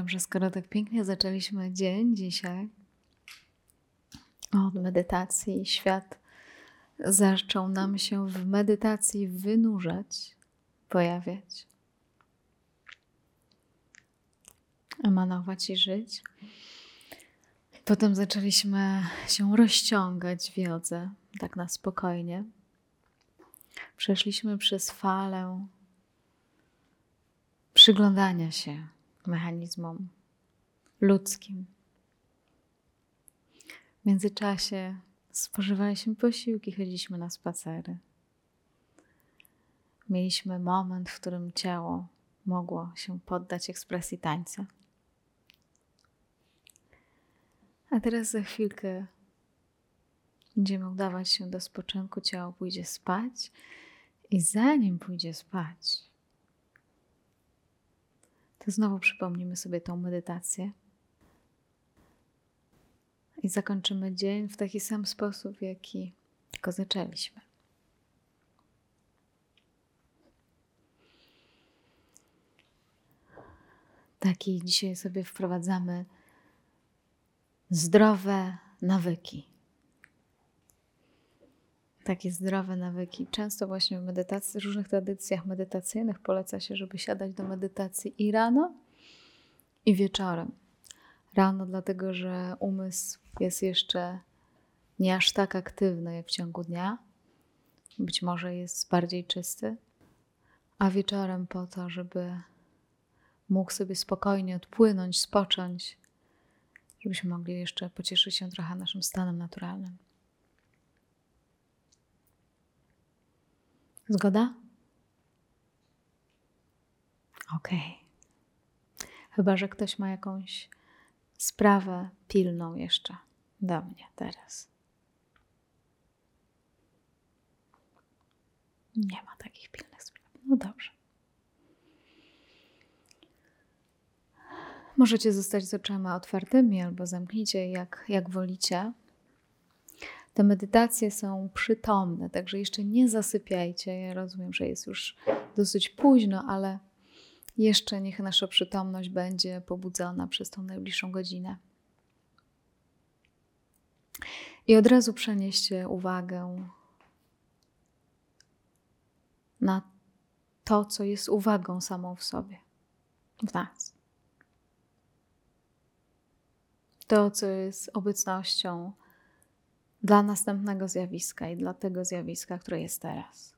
że skoro tak pięknie zaczęliśmy dzień dzisiaj od medytacji, świat zaczął nam się w medytacji wynurzać, pojawiać, emanować i żyć. Potem zaczęliśmy się rozciągać w jodze, tak na spokojnie. Przeszliśmy przez falę przyglądania się mechanizmom ludzkim. W międzyczasie spożywaliśmy posiłki, chodziliśmy na spacery. Mieliśmy moment, w którym ciało mogło się poddać ekspresji tańca. A teraz za chwilkę będziemy udawać się do spoczynku, ciało pójdzie spać i zanim pójdzie spać, to znowu przypomnimy sobie tą medytację i zakończymy dzień w taki sam sposób, w jaki go zaczęliśmy. Taki dzisiaj sobie wprowadzamy zdrowe nawyki. Takie zdrowe nawyki. Często właśnie w medytacji, w różnych tradycjach medytacyjnych poleca się, żeby siadać do medytacji i rano, i wieczorem. Rano dlatego, że umysł jest jeszcze nie aż tak aktywny jak w ciągu dnia. Być może jest bardziej czysty. A wieczorem po to, żeby mógł sobie spokojnie odpłynąć, spocząć, żebyśmy mogli jeszcze pocieszyć się trochę naszym stanem naturalnym. Zgoda? Okej. Chyba że ktoś ma jakąś sprawę pilną jeszcze do mnie teraz. Nie ma takich pilnych spraw. No dobrze. Możecie zostać z oczami otwartymi albo zamknijcie, jak wolicie. Te medytacje są przytomne, także jeszcze nie zasypiajcie. Ja rozumiem, że jest już dosyć późno, ale jeszcze niech nasza przytomność będzie pobudzona przez tą najbliższą godzinę. I od razu przenieście uwagę na to, co jest uwagą samą w sobie, w nas. To, co jest obecnością dla następnego zjawiska i dla tego zjawiska, które jest teraz.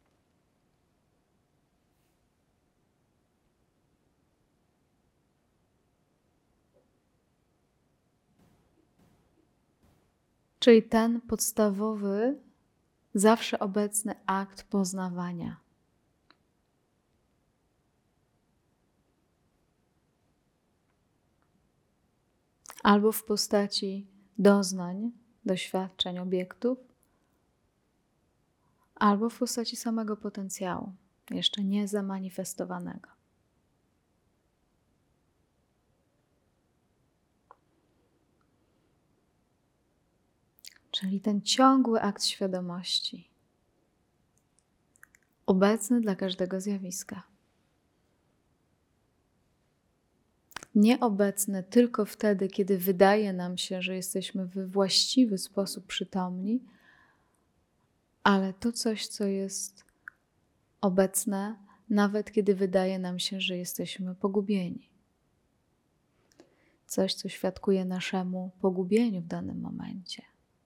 Czyli ten podstawowy, zawsze obecny akt poznawania. Albo w postaci doznań, doświadczeń, obiektów, albo w postaci samego potencjału, jeszcze nie zamanifestowanego. Czyli ten ciągły akt świadomości, obecny dla każdego zjawiska. Nieobecny tylko wtedy, kiedy wydaje nam się, że jesteśmy we właściwy sposób przytomni, ale to coś, co jest obecne, nawet kiedy wydaje nam się, że jesteśmy pogubieni. Coś, co świadkuje naszemu pogubieniu w danym momencie.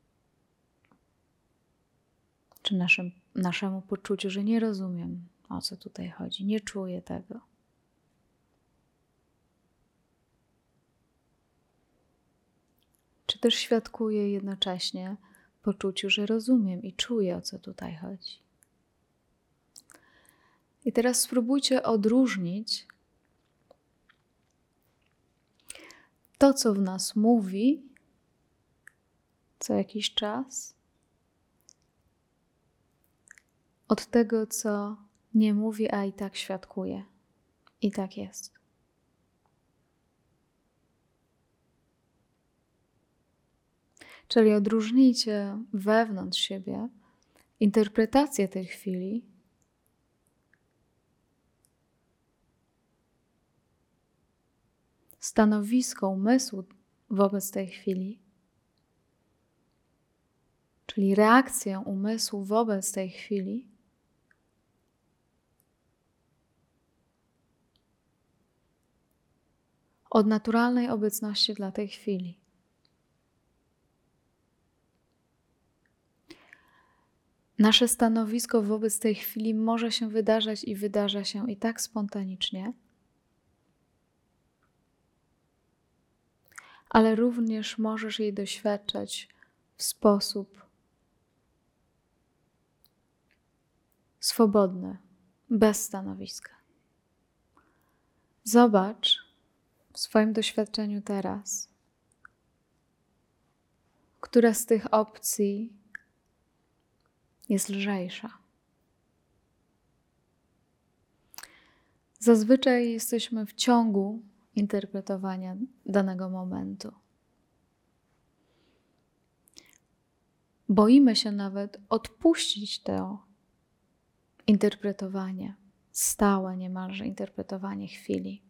Czy naszemu poczuciu, że nie rozumiem, o co tutaj chodzi, nie czuję tego. Czy też świadkuje jednocześnie poczuciu, że rozumiem i czuję, o co tutaj chodzi. I teraz spróbujcie odróżnić to, co w nas mówi co jakiś czas, od tego, co nie mówi, a i tak świadkuje. I tak jest. Czyli odróżnijcie wewnątrz siebie interpretację tej chwili stanowisko umysłu wobec tej chwili, czyli reakcję umysłu wobec tej chwili, od naturalnej obecności dla tej chwili. Nasze stanowisko wobec tej chwili może się wydarzać i wydarza się i tak spontanicznie, ale również możesz jej doświadczać w sposób swobodny, bez stanowiska. Zobacz w swoim doświadczeniu teraz, która z tych opcji jest lżejsza. Zazwyczaj jesteśmy w ciągu interpretowania danego momentu. Boimy się nawet odpuścić to interpretowanie, stałe niemalże interpretowanie chwili.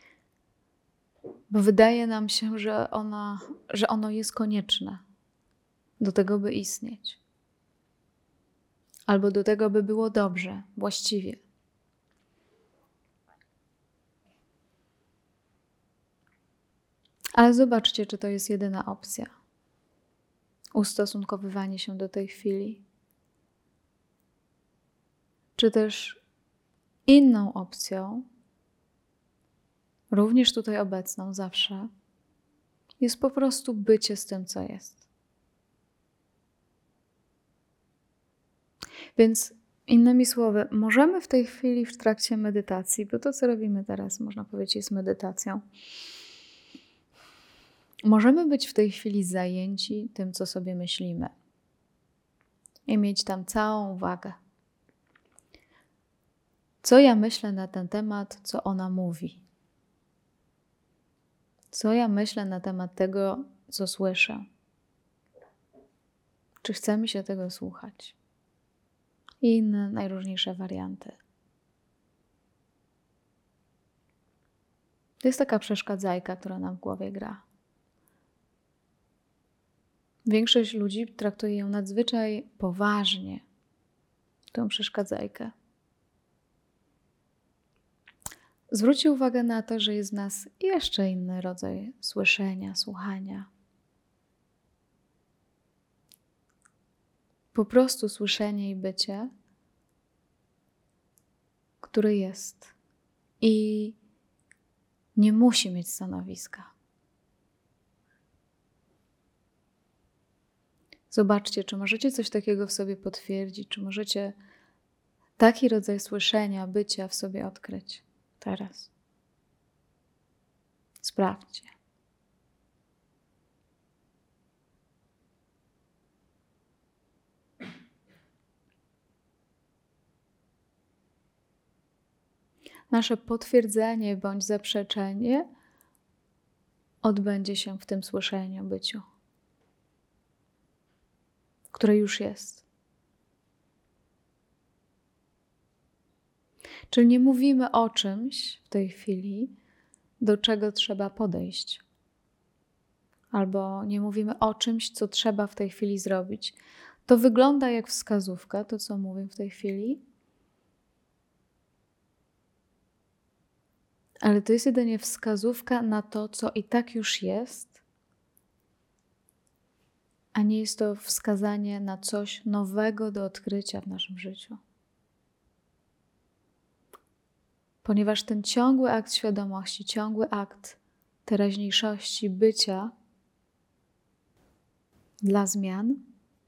Bo wydaje nam się, że ono jest konieczne do tego, by istnieć. Albo do tego, by było dobrze, właściwie. Ale zobaczcie, czy to jest jedyna opcja. Ustosunkowywanie się do tej chwili. Czy też inną opcją, również tutaj obecną zawsze, jest po prostu bycie z tym, co jest. Więc innymi słowy, możemy w tej chwili w trakcie medytacji, bo to, co robimy teraz, można powiedzieć, jest medytacją, możemy być w tej chwili zajęci tym, co sobie myślimy i mieć tam całą uwagę. Co ja myślę na ten temat, co ona mówi? Co ja myślę na temat tego, co słyszę? Czy chce mi się tego słuchać? I inne najróżniejsze warianty. To jest taka przeszkadzajka, która nam w głowie gra. Większość ludzi traktuje ją nadzwyczaj poważnie, tę przeszkadzajkę. Zwróćcie uwagę na to, że jest w nas jeszcze inny rodzaj słyszenia, słuchania. Po prostu słyszenie i bycie, które jest i nie musi mieć stanowiska. Zobaczcie, czy możecie coś takiego w sobie potwierdzić, czy możecie taki rodzaj słyszenia, bycia w sobie odkryć teraz. Sprawdźcie. Nasze potwierdzenie bądź zaprzeczenie odbędzie się w tym słyszeniu, byciu, które już jest. Czyli nie mówimy o czymś w tej chwili, do czego trzeba podejść. Albo nie mówimy o czymś, co trzeba w tej chwili zrobić. To wygląda jak wskazówka, to co mówię w tej chwili, ale to jest jedynie wskazówka na to, co i tak już jest, a nie jest to wskazanie na coś nowego do odkrycia w naszym życiu. Ponieważ ten ciągły akt świadomości, ciągły akt teraźniejszości, bycia dla zmian,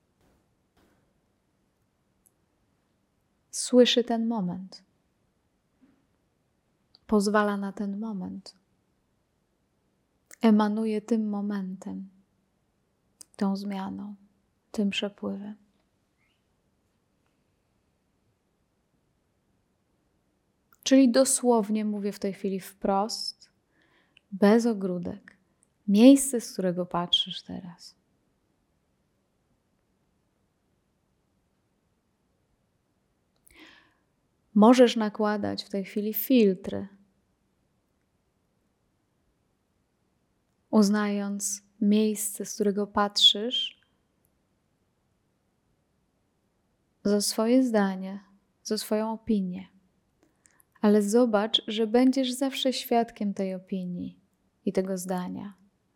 słyszy ten moment. Pozwala na ten moment. Emanuje tym momentem, tą zmianą, tym przepływem. Czyli dosłownie mówię w tej chwili wprost, bez ogródek, miejsce, z którego patrzysz teraz. Możesz nakładać w tej chwili filtry. uznając miejsce, z którego patrzysz, za swoje zdanie, za swoją opinię. Ale zobacz, że będziesz zawsze świadkiem tej opinii i tego zdania.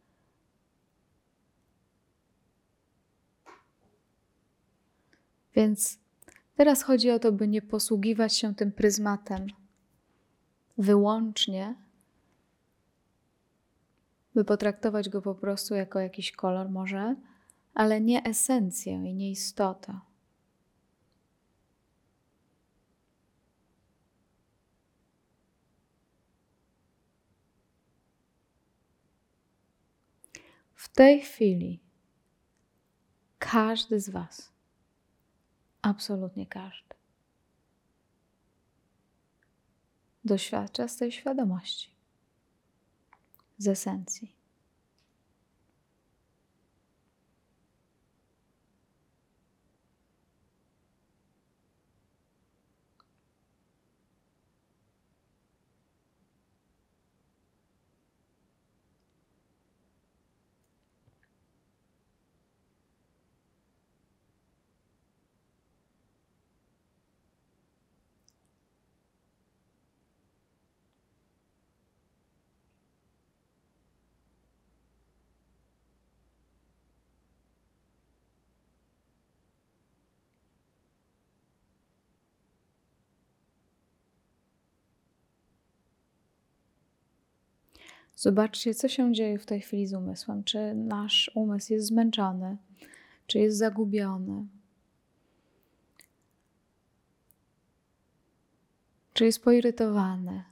Więc teraz chodzi o to, by nie posługiwać się tym pryzmatem wyłącznie, by potraktować go po prostu jako jakiś kolor może, ale nie esencję i nie istotę. W tej chwili każdy z Was, absolutnie każdy, doświadcza z tej świadomości, z esencji. Zobaczcie, co się dzieje w tej chwili z umysłem. Czy nasz umysł jest zmęczony, czy jest zagubiony, czy jest poirytowany,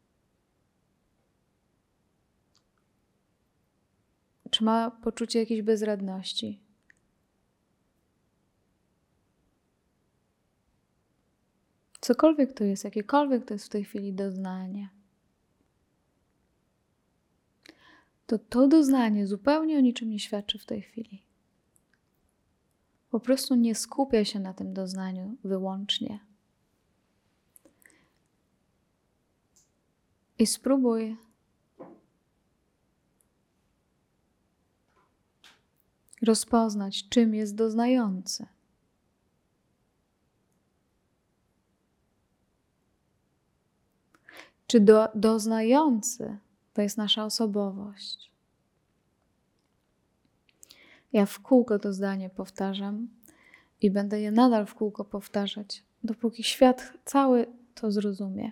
czy ma poczucie jakiejś bezradności. Cokolwiek to jest, jakiekolwiek to jest w tej chwili doznanie, to doznanie zupełnie o niczym nie świadczy w tej chwili. Po prostu nie skupia się na tym doznaniu wyłącznie. I spróbuj rozpoznać, czym jest doznający. Czy doznający to jest nasza osobowość? Ja w kółko to zdanie powtarzam i będę je nadal w kółko powtarzać, dopóki świat cały to zrozumie.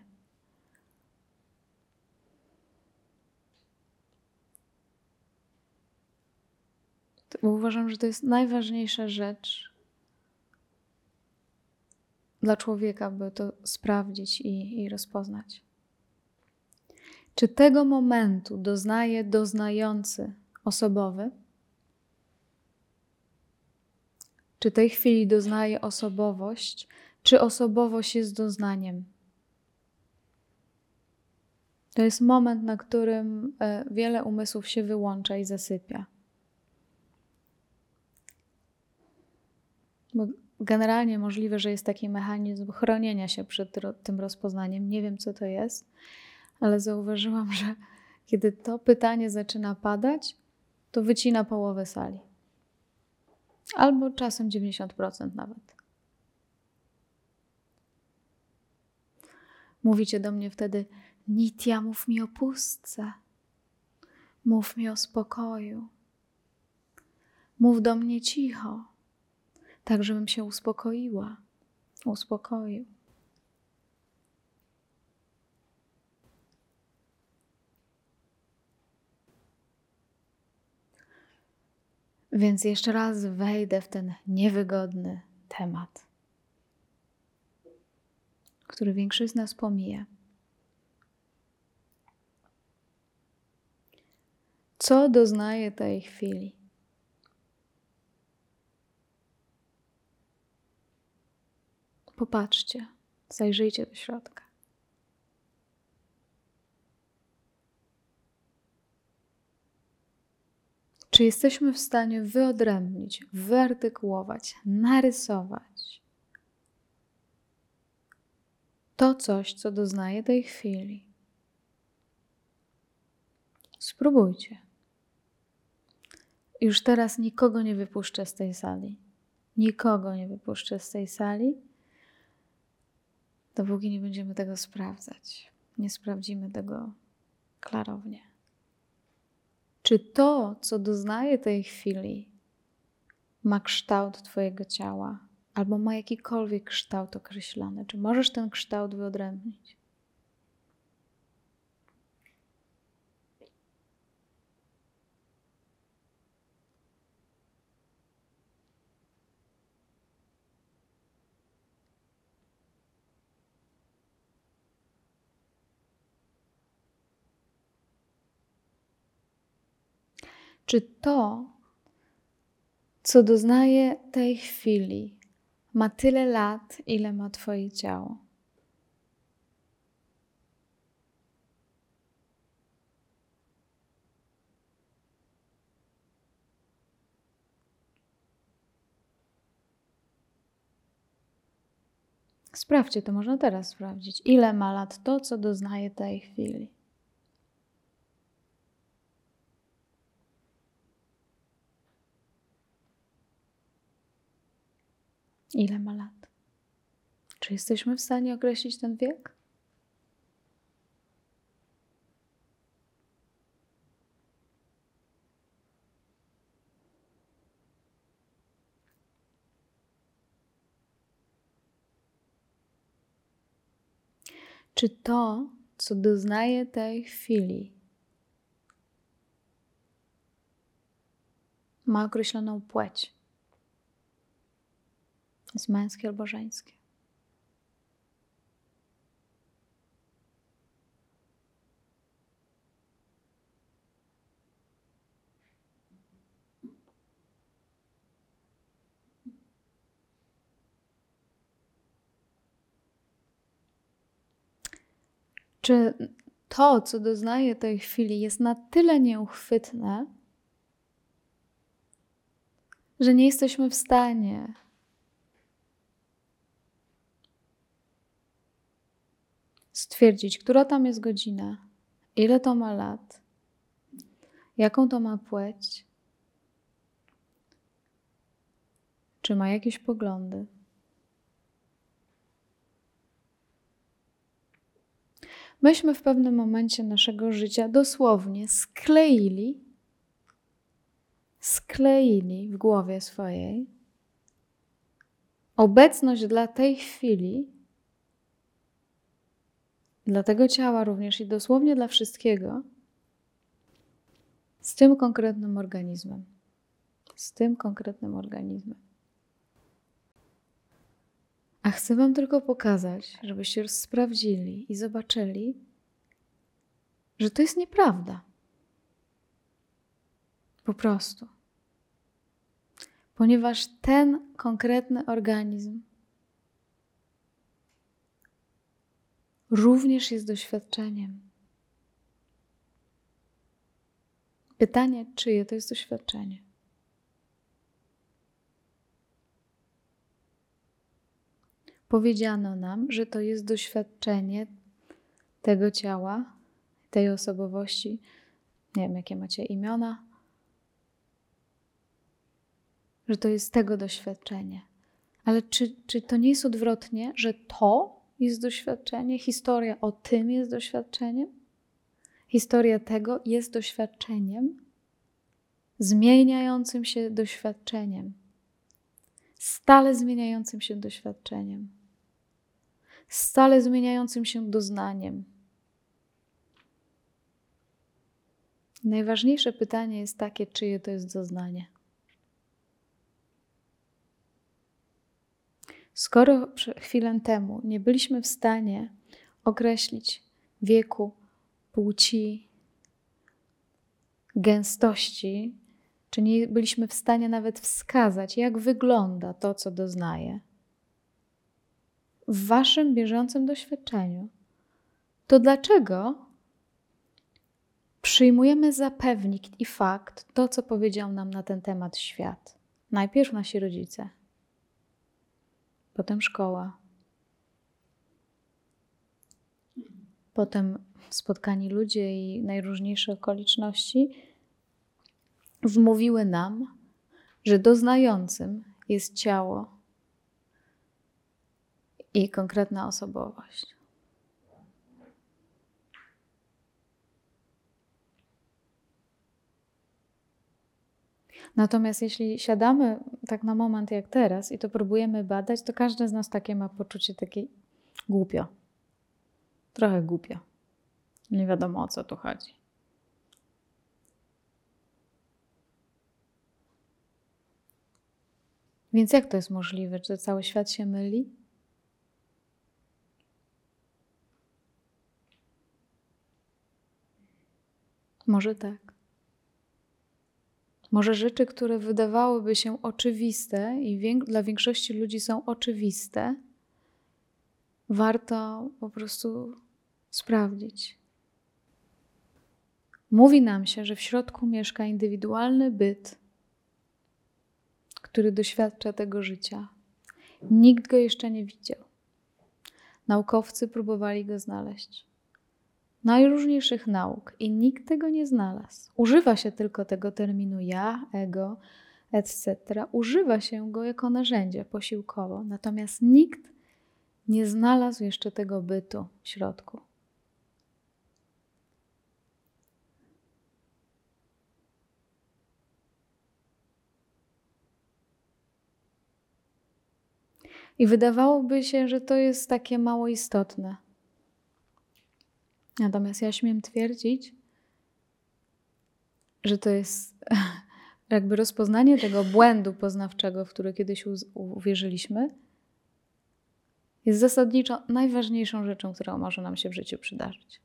Bo uważam, że to jest najważniejsza rzecz dla człowieka, by to sprawdzić i rozpoznać. Czy tego momentu doznaje doznający osobowy? Czy tej chwili doznaje osobowość? Czy osobowość jest doznaniem? To jest moment, na którym wiele umysłów się wyłącza i zasypia. Bo generalnie możliwe, że jest taki mechanizm chronienia się przed tym rozpoznaniem. Nie wiem, co to jest, ale zauważyłam, że kiedy to pytanie zaczyna padać, to wycina połowę sali. Albo czasem 90% nawet. Mówicie do mnie wtedy: Nitya, mów mi o pustce. Mów mi o spokoju. Mów do mnie cicho, tak żebym się uspokoiła, uspokoił. Więc jeszcze raz wejdę w ten niewygodny temat, który większość z nas pomija. Co doznaje tej chwili? Popatrzcie, zajrzyjcie do środka. Czy jesteśmy w stanie wyodrębnić, wyartykułować, narysować to coś, co doznaje tej chwili? Spróbujcie. Już teraz nikogo nie wypuszczę z tej sali. Nikogo nie wypuszczę z tej sali, dopóki nie będziemy tego sprawdzać. Nie sprawdzimy tego klarownie. Czy to, co doznaję tej chwili, ma kształt Twojego ciała, albo ma jakikolwiek kształt określony? Czy możesz ten kształt wyodrębnić? Czy to, co doznaję tej chwili, ma tyle lat, ile ma Twoje ciało? Sprawdźcie, to można teraz sprawdzić. Ile ma lat to, co doznaję tej chwili? Ile ma lat? Czy jesteśmy w stanie określić ten wiek? Czy to, co doznaję tej chwili, ma określoną płeć? Jest męskie albo żeńskie? Czy to, co doznaję tej chwili, jest na tyle nieuchwytne, że nie jesteśmy w stanie stwierdzić, która tam jest godzina, ile to ma lat, jaką to ma płeć, czy ma jakieś poglądy? Myśmy w pewnym momencie naszego życia dosłownie skleili w głowie swojej obecność dla tej chwili, dla tego ciała również i dosłownie dla wszystkiego, z tym konkretnym organizmem. Z tym konkretnym organizmem. A chcę Wam tylko pokazać, żebyście sprawdzili i zobaczyli, że to jest nieprawda. Po prostu. Ponieważ ten konkretny organizm również jest doświadczeniem. Pytanie, czyje to jest doświadczenie? Powiedziano nam, że to jest doświadczenie tego ciała, tej osobowości. Nie wiem, jakie macie imiona. Że to jest tego doświadczenie. Ale czy to nie jest odwrotnie, że to jest doświadczenie? Historia o tym jest doświadczeniem? Historia tego jest doświadczeniem, zmieniającym się doświadczeniem, stale zmieniającym się doświadczeniem, stale zmieniającym się doznaniem. Najważniejsze pytanie jest takie, czyje to jest doznanie. Skoro chwilę temu nie byliśmy w stanie określić wieku, płci, gęstości, czy nie byliśmy w stanie nawet wskazać, jak wygląda to, co doznaję, w Waszym bieżącym doświadczeniu, to dlaczego przyjmujemy za pewnik i fakt to, co powiedział nam na ten temat świat? Najpierw nasi rodzice, potem szkoła, potem spotkani ludzie i najróżniejsze okoliczności, wmówiły nam, że doznającym jest ciało i konkretna osobowość. Natomiast jeśli siadamy tak na moment jak teraz i to próbujemy badać, to każdy z nas takie ma poczucie takie głupio. Trochę głupio. Nie wiadomo, o co tu chodzi. Więc jak to jest możliwe, że cały świat się myli? Może tak. Może rzeczy, które wydawałyby się oczywiste i dla większości ludzi są oczywiste, warto po prostu sprawdzić. Mówi nam się, że w środku mieszka indywidualny byt, który doświadcza tego życia. Nikt go jeszcze nie widział. Naukowcy próbowali go znaleźć. Najróżniejszych nauk i nikt tego nie znalazł. Używa się tylko tego terminu ja, ego, etc. Używa się go jako narzędzie posiłkowo, natomiast nikt nie znalazł jeszcze tego bytu w środku. I wydawałoby się, że to jest takie mało istotne. Natomiast ja śmiem twierdzić, że to jest jakby rozpoznanie tego błędu poznawczego, w który kiedyś uwierzyliśmy, jest zasadniczo najważniejszą rzeczą, która może nam się w życiu przydarzyć.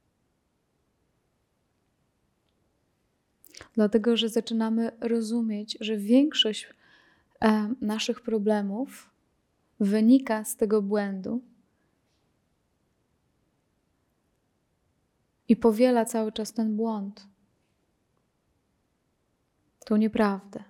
Dlatego, że zaczynamy rozumieć, że większość naszych problemów wynika z tego błędu i powiela cały czas ten błąd, tą nieprawdę.